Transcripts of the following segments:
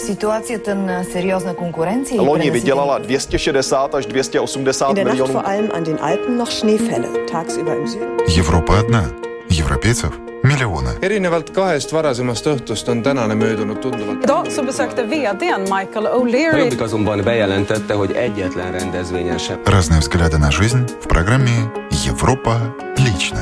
Ситуацията на сериозна конкуренция. Loni vydělala 260 až 280 milionů. milionů. In der Nacht vor allem an den Alpen noch Schneefälle, tagsüber im Süden. Европа одна. Европейцев миллионы. Erinevalt kahest varasemast õhtust on tänane möödunud tunduvalt. Idag så besökte VD:n Michael O'Leary. Jobbik azonban bejelentette, hogy egyetlen rendezvényen sem. Разные взгляды на жизнь в программе «Европа лично».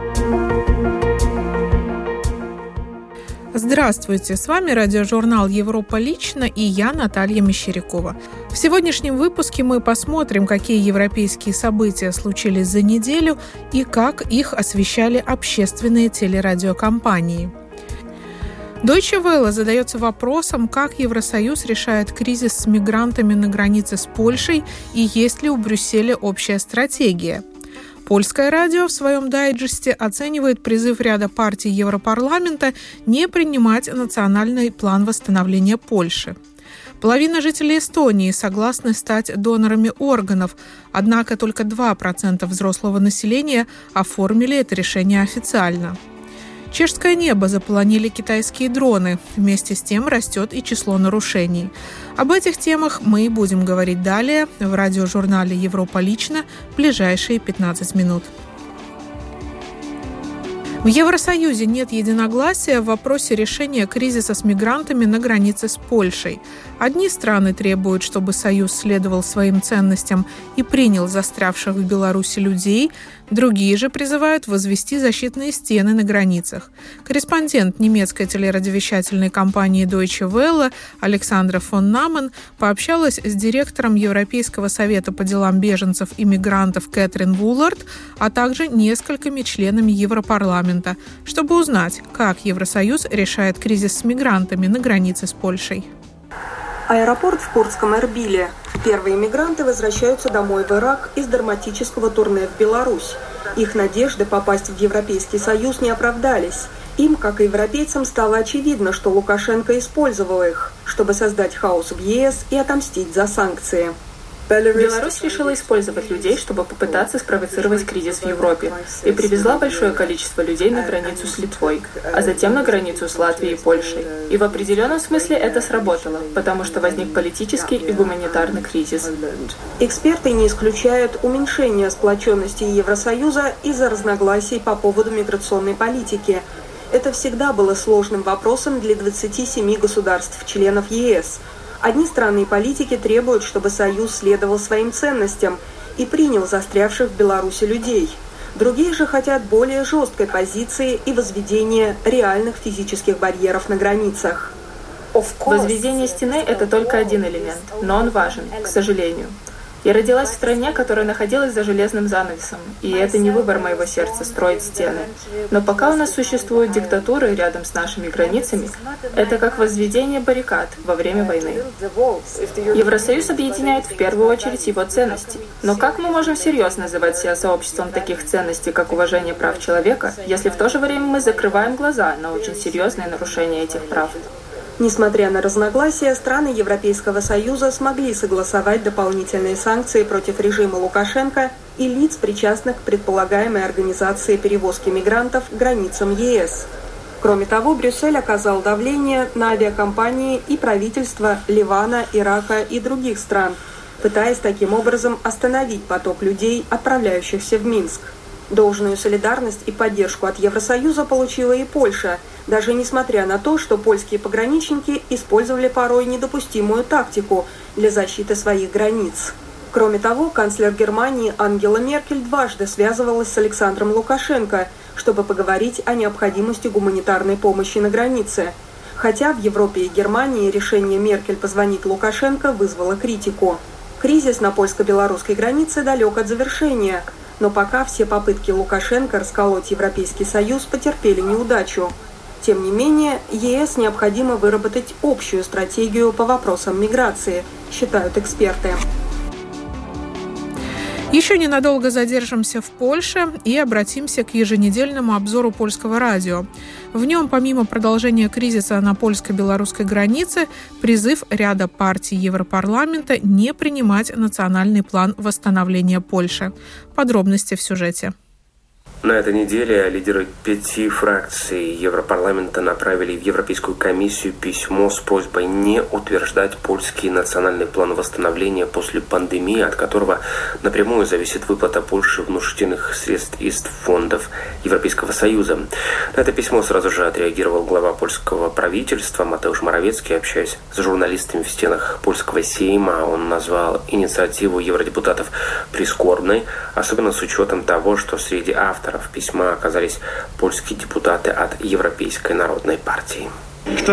Здравствуйте, с вами радиожурнал «Европа лично» и я, Наталья Мещерякова. В сегодняшнем выпуске мы посмотрим, какие европейские события случились за неделю и как их освещали общественные телерадиокомпании. Deutsche Welle задается вопросом, как Евросоюз решает кризис с мигрантами на границе с Польшей и есть ли у Брюсселя общая стратегия. Польское радио в своем дайджесте оценивает призыв ряда партий Европарламента не принимать национальный план восстановления Польши. Половина жителей Эстонии согласны стать донорами органов, однако только 2% взрослого населения оформили это решение официально. Чешское небо заполонили китайские дроны. Вместе с тем растет и число нарушений. Об этих темах мы будем говорить далее в радиожурнале «Европа лично» в ближайшие 15 минут. В Евросоюзе нет единогласия в вопросе решения кризиса с мигрантами на границе с Польшей. Одни страны требуют, чтобы Союз следовал своим ценностям и принял застрявших в Беларуси людей, другие же призывают возвести защитные стены на границах. Корреспондент немецкой телерадиовещательной компании Deutsche Welle Александра фон Намен пообщалась с директором Европейского совета по делам беженцев и мигрантов Кэтрин Вуллард, а также несколькими членами Европарламента, чтобы узнать, как Евросоюз решает кризис с мигрантами на границе с Польшей. Аэропорт в курдском Эрбиле. Первые мигранты возвращаются домой в Ирак из драматического турне в Беларусь. Их надежды попасть в Европейский Союз не оправдались. Им, как и европейцам, стало очевидно, что Лукашенко использовал их, чтобы создать хаос в ЕС и отомстить за санкции. Беларусь решила использовать людей, чтобы попытаться спровоцировать кризис в Европе, и привезла большое количество людей на границу с Литвой, а затем на границу с Латвией и Польшей. И в определенном смысле это сработало, потому что возник политический и гуманитарный кризис. Эксперты не исключают уменьшение сплоченности Евросоюза из-за разногласий по поводу миграционной политики. Это всегда было сложным вопросом для 27 государств-членов ЕС. Одни страны и политики требуют, чтобы Союз следовал своим ценностям и принял застрявших в Беларуси людей. Другие же хотят более жесткой позиции и возведения реальных физических барьеров на границах. Возведение стены – это только один элемент, но он важен, к сожалению. Я родилась в стране, которая находилась за железным занавесом, и это не выбор моего сердца строить стены. Но пока у нас существуют диктатуры рядом с нашими границами, это как возведение баррикад во время войны. Евросоюз объединяет в первую очередь его ценности. Но как мы можем всерьез называть себя сообществом таких ценностей, как уважение прав человека, если в то же время мы закрываем глаза на очень серьезные нарушения этих прав? Несмотря на разногласия, страны Европейского Союза смогли согласовать дополнительные санкции против режима Лукашенко и лиц, причастных к предполагаемой организации перевозки мигрантов к границам ЕС. Кроме того, Брюссель оказал давление на авиакомпании и правительства Ливана, Ирака и других стран, пытаясь таким образом остановить поток людей, отправляющихся в Минск. Должную солидарность и поддержку от Евросоюза получила и Польша, даже несмотря на то, что польские пограничники использовали порой недопустимую тактику для защиты своих границ. Кроме того, канцлер Германии Ангела Меркель дважды связывалась с Александром Лукашенко, чтобы поговорить о необходимости гуманитарной помощи на границе. Хотя в Европе и Германии решение Меркель позвонить Лукашенко вызвало критику. Кризис на польско-белорусской границе далек от завершения, но пока все попытки Лукашенко расколоть Европейский Союз потерпели неудачу. Тем не менее, ЕС необходимо выработать общую стратегию по вопросам миграции, считают эксперты. Еще ненадолго задержимся в Польше и обратимся к еженедельному обзору Польского радио. В нем, помимо продолжения кризиса на польско-белорусской границе, призыв ряда партий Европарламента не принимать национальный план восстановления Польши. Подробности в сюжете. На этой неделе лидеры 5 фракций Европарламента направили в Европейскую комиссию письмо с просьбой не утверждать польский национальный план восстановления после пандемии, от которого напрямую зависит выплата Польши внушительных средств из фондов Европейского Союза. На это письмо сразу же отреагировал глава польского правительства Матеуш Моровецкий. Общаясь с журналистами в стенах польского Сейма, он назвал инициативу евродепутатов прискорбной, особенно с учетом того, что среди авторов письма оказались польские депутаты от Европейской народной партии. Кто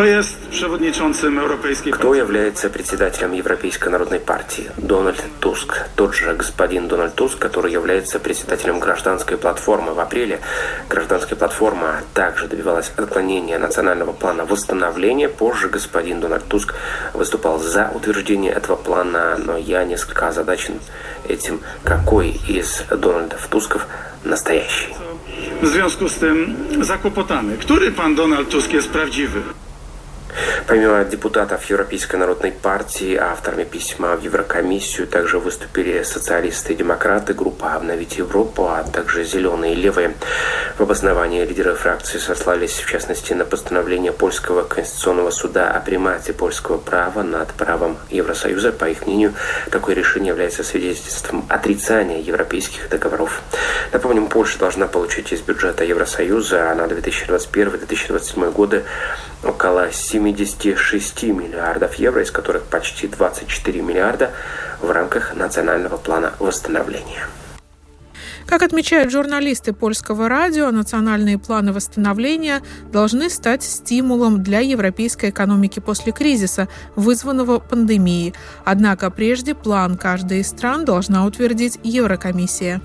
является председателем Европейской народной партии? Дональд Туск. Тот же господин Дональд Туск, который является председателем гражданской платформы. В апреле гражданская платформа также добивалась отклонения национального плана восстановления. Позже господин Дональд Туск выступал за утверждение этого плана, но я несколько озадачен этим, какой из Дональдов Тусков настоящий. W związku z tym zakłopotany. Który pan Donald Tusk jest prawdziwy? Помимо депутатов Европейской народной партии, авторами письма в Еврокомиссию также выступили социалисты и демократы, группа «Обновить Европу», а также «Зеленые» и «Левые». В обосновании лидеры фракции сослались, в частности, на постановление Польского конституционного суда о примате польского права над правом Евросоюза. По их мнению, такое решение является свидетельством отрицания европейских договоров. Напомним, Польша должна получить из бюджета Евросоюза на 2021-2027 годы около 76 миллиардов евро, из которых почти 24 миллиарда в рамках национального плана восстановления. Как отмечают журналисты польского радио, национальные планы восстановления должны стать стимулом для европейской экономики после кризиса, вызванного пандемией. Однако прежде план каждой из стран должна утвердить Еврокомиссия.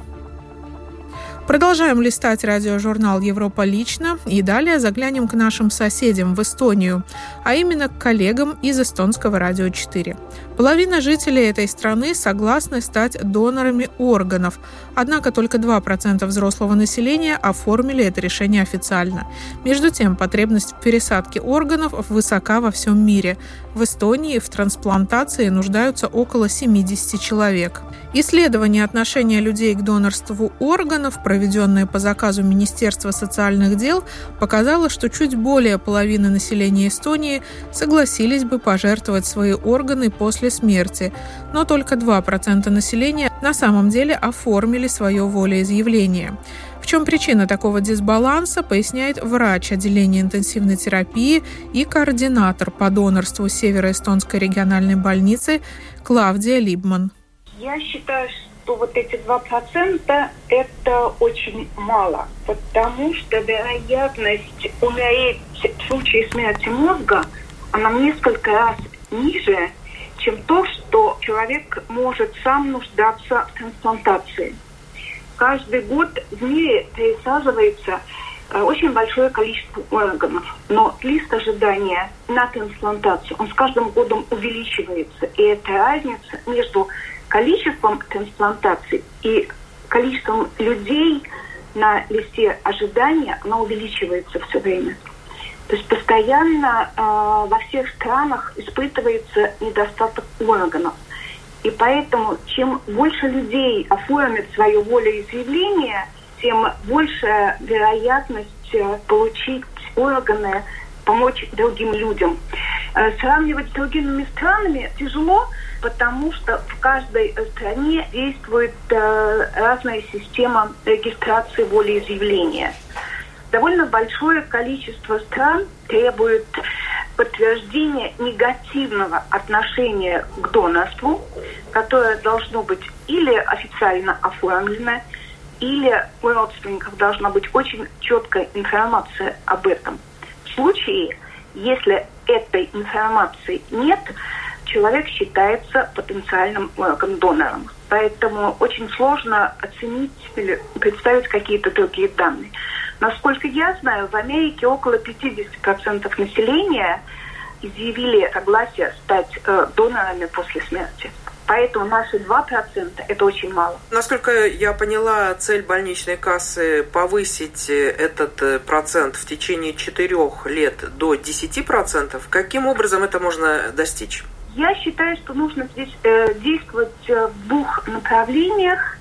Продолжаем листать радиожурнал «Европа лично» и далее заглянем к нашим соседям в Эстонию, а именно к коллегам из эстонского радио 4. Половина жителей этой страны согласны стать донорами органов, однако только 2% взрослого населения оформили это решение официально. Между тем, потребность в пересадке органов высока во всем мире. В Эстонии в трансплантации нуждаются около 70 человек. Исследование отношения людей к донорству органов, проведенное по заказу Министерства социальных дел, показало, что чуть более половины населения Эстонии согласились бы пожертвовать свои органы после смерти, но только 2% населения на самом деле оформили свое волеизъявление. В чем причина такого дисбаланса, поясняет врач отделения интенсивной терапии и координатор по донорству Североэстонской региональной больницы Клавдия Либман. Я считаю, что вот эти 2% это очень мало, потому что вероятность умереть в случае смерти мозга, она в несколько раз ниже, чем то, что человек может сам нуждаться в трансплантации. Каждый год в мире пересаживается очень большое количество органов, но лист ожидания на трансплантацию, он с каждым годом увеличивается. И эта разница между количеством трансплантаций и количеством людей на листе ожидания, она увеличивается все время. То есть постоянно во всех странах испытывается недостаток органов. И поэтому, чем больше людей оформят свое волеизъявление, тем большая вероятность получить органы, помочь другим людям. Сравнивать с другими странами тяжело, потому что в каждой стране действует разная система регистрации волеизъявления. Довольно большое количество стран требует подтверждения негативного отношения к донорству, которое должно быть или официально оформлено, или у родственников должна быть очень четкая информация об этом. В случае, если этой информации нет, человек считается потенциальным орган-донором. Поэтому очень сложно оценить или представить какие-то другие данные. Насколько я знаю, в Америке около 50% населения изъявили согласие стать донорами после смерти. Поэтому наши 2% – это очень мало. Насколько я поняла, цель больничной кассы – повысить этот процент в течение 4 лет до 10%. Каким образом это можно достичь? Я считаю, что нужно здесь действовать в 2 направлениях.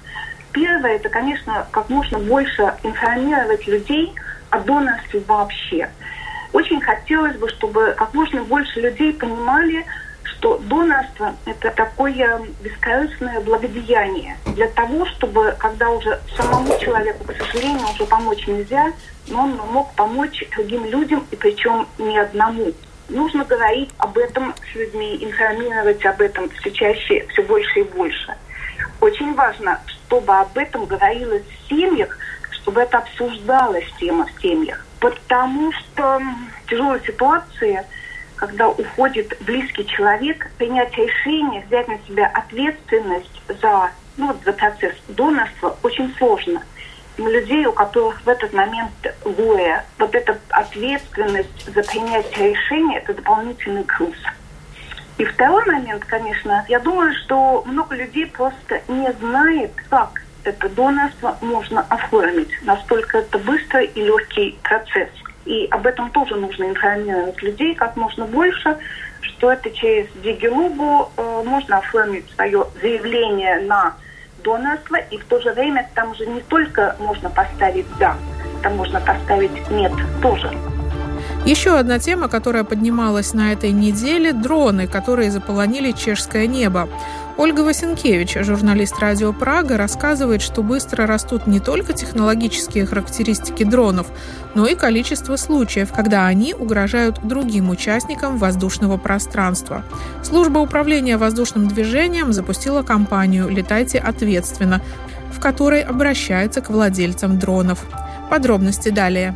Первое, это, конечно, как можно больше информировать людей о донорстве вообще. Очень хотелось бы, чтобы как можно больше людей понимали, что донорство – это такое бескорыстное благодеяние. Для того, чтобы, когда уже самому человеку, к сожалению, уже помочь нельзя, но он мог помочь другим людям, и причем не одному. Нужно говорить об этом с людьми, информировать об этом все чаще, все больше и больше. Очень важно, чтобы об этом говорилось в семьях, чтобы это обсуждалась тема в семьях. Потому что тяжелая ситуация, когда уходит близкий человек, принять решение, взять на себя ответственность за процесс донорства очень сложно. У людей, у которых в этот момент горе, вот эта ответственность за принятие решения – это дополнительный груз. И второй момент, конечно, я думаю, что много людей просто не знает, как это донорство можно оформить, насколько это быстрый и легкий процесс. И об этом тоже нужно информировать людей как можно больше, что это через Дигилубу можно оформить свое заявление на донорство, и в то же время там же не только можно поставить «да», там можно поставить «нет» тоже. Еще одна тема, которая поднималась на этой неделе – дроны, которые заполонили чешское небо. Ольга Васенкевич, журналист «Радио Прага», рассказывает, что быстро растут не только технологические характеристики дронов, но и количество случаев, когда они угрожают другим участникам воздушного пространства. Служба управления воздушным движением запустила кампанию «Летайте ответственно», в которой обращается к владельцам дронов. Подробности далее.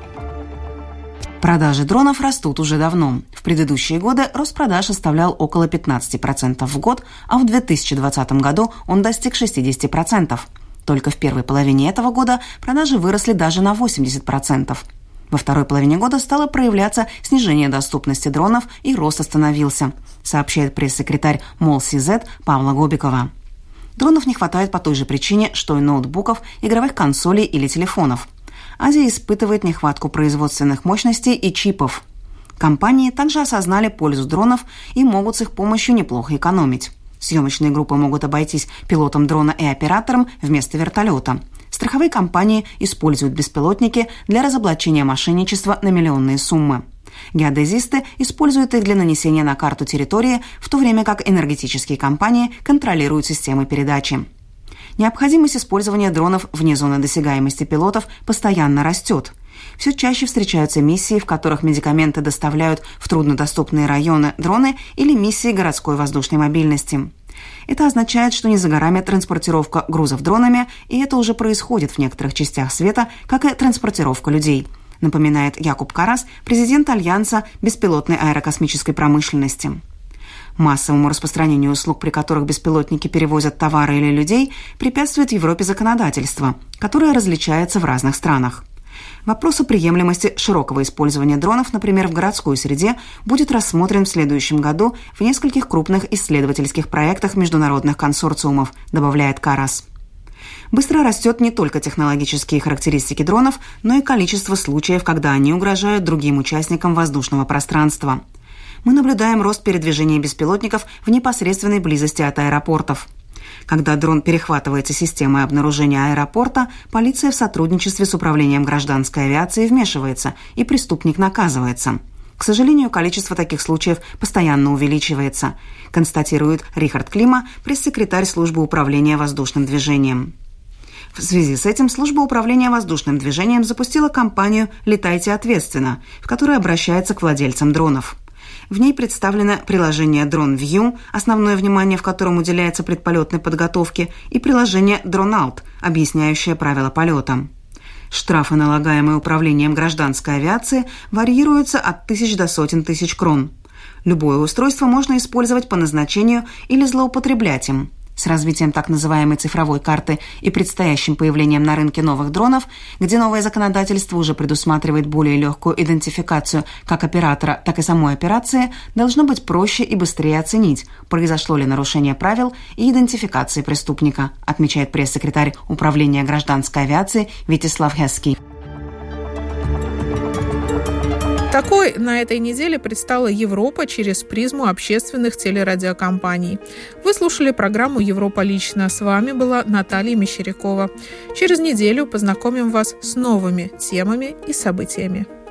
Продажи дронов растут уже давно. В предыдущие годы рост продаж составлял около 15% в год, а в 2020 году он достиг 60%. Только в первой половине этого года продажи выросли даже на 80%. Во второй половине года стало проявляться снижение доступности дронов и рост остановился, сообщает пресс-секретарь МолСиЗ Павла Гобикова. Дронов не хватает по той же причине, что и ноутбуков, игровых консолей или телефонов. Азия испытывает нехватку производственных мощностей и чипов. Компании также осознали пользу дронов и могут с их помощью неплохо экономить. Съемочные группы могут обойтись пилотом дрона и оператором вместо вертолета. Страховые компании используют беспилотники для разоблачения мошенничества на миллионные суммы. Геодезисты используют их для нанесения на карту территории, в то время как энергетические компании контролируют системы передачи. Необходимость использования дронов вне зоны досягаемости пилотов постоянно растет. Все чаще встречаются миссии, в которых медикаменты доставляют в труднодоступные районы дроны или миссии городской воздушной мобильности. Это означает, что не за горами транспортировка грузов дронами, и это уже происходит в некоторых частях света, как и транспортировка людей, напоминает Якуб Карас, президент Альянса беспилотной аэрокосмической промышленности. Массовому распространению услуг, при которых беспилотники перевозят товары или людей, препятствует в Европе законодательство, которое различается в разных странах. Вопрос о приемлемости широкого использования дронов, например, в городской среде, будет рассмотрен в следующем году в нескольких крупных исследовательских проектах международных консорциумов, добавляет Карас. Быстро растет не только технологические характеристики дронов, но и количество случаев, когда они угрожают другим участникам воздушного пространства. Мы наблюдаем рост передвижения беспилотников в непосредственной близости от аэропортов. Когда дрон перехватывается системой обнаружения аэропорта, полиция в сотрудничестве с Управлением гражданской авиации вмешивается, и преступник наказывается. К сожалению, количество таких случаев постоянно увеличивается, констатирует Рихард Клима, пресс-секретарь службы управления воздушным движением. В связи с этим служба управления воздушным движением запустила кампанию «Летайте ответственно», в которой обращается к владельцам дронов. В ней представлено приложение DroneView, основное внимание в котором уделяется предполетной подготовке, и приложение DroneOut, объясняющее правила полета. Штрафы, налагаемые Управлением гражданской авиации, варьируются от тысяч до сотен тысяч крон. Любое устройство можно использовать по назначению или злоупотреблять им. С развитием так называемой цифровой карты и предстоящим появлением на рынке новых дронов, где новое законодательство уже предусматривает более легкую идентификацию как оператора, так и самой операции, должно быть проще и быстрее оценить, произошло ли нарушение правил и идентификации преступника, отмечает пресс-секретарь Управления гражданской авиации Витислав Хеский. Такой на этой неделе предстала Европа через призму общественных телерадиокомпаний. Вы слушали программу «Европа лично». С вами была Наталья Мещерякова. Через неделю познакомим вас с новыми темами и событиями.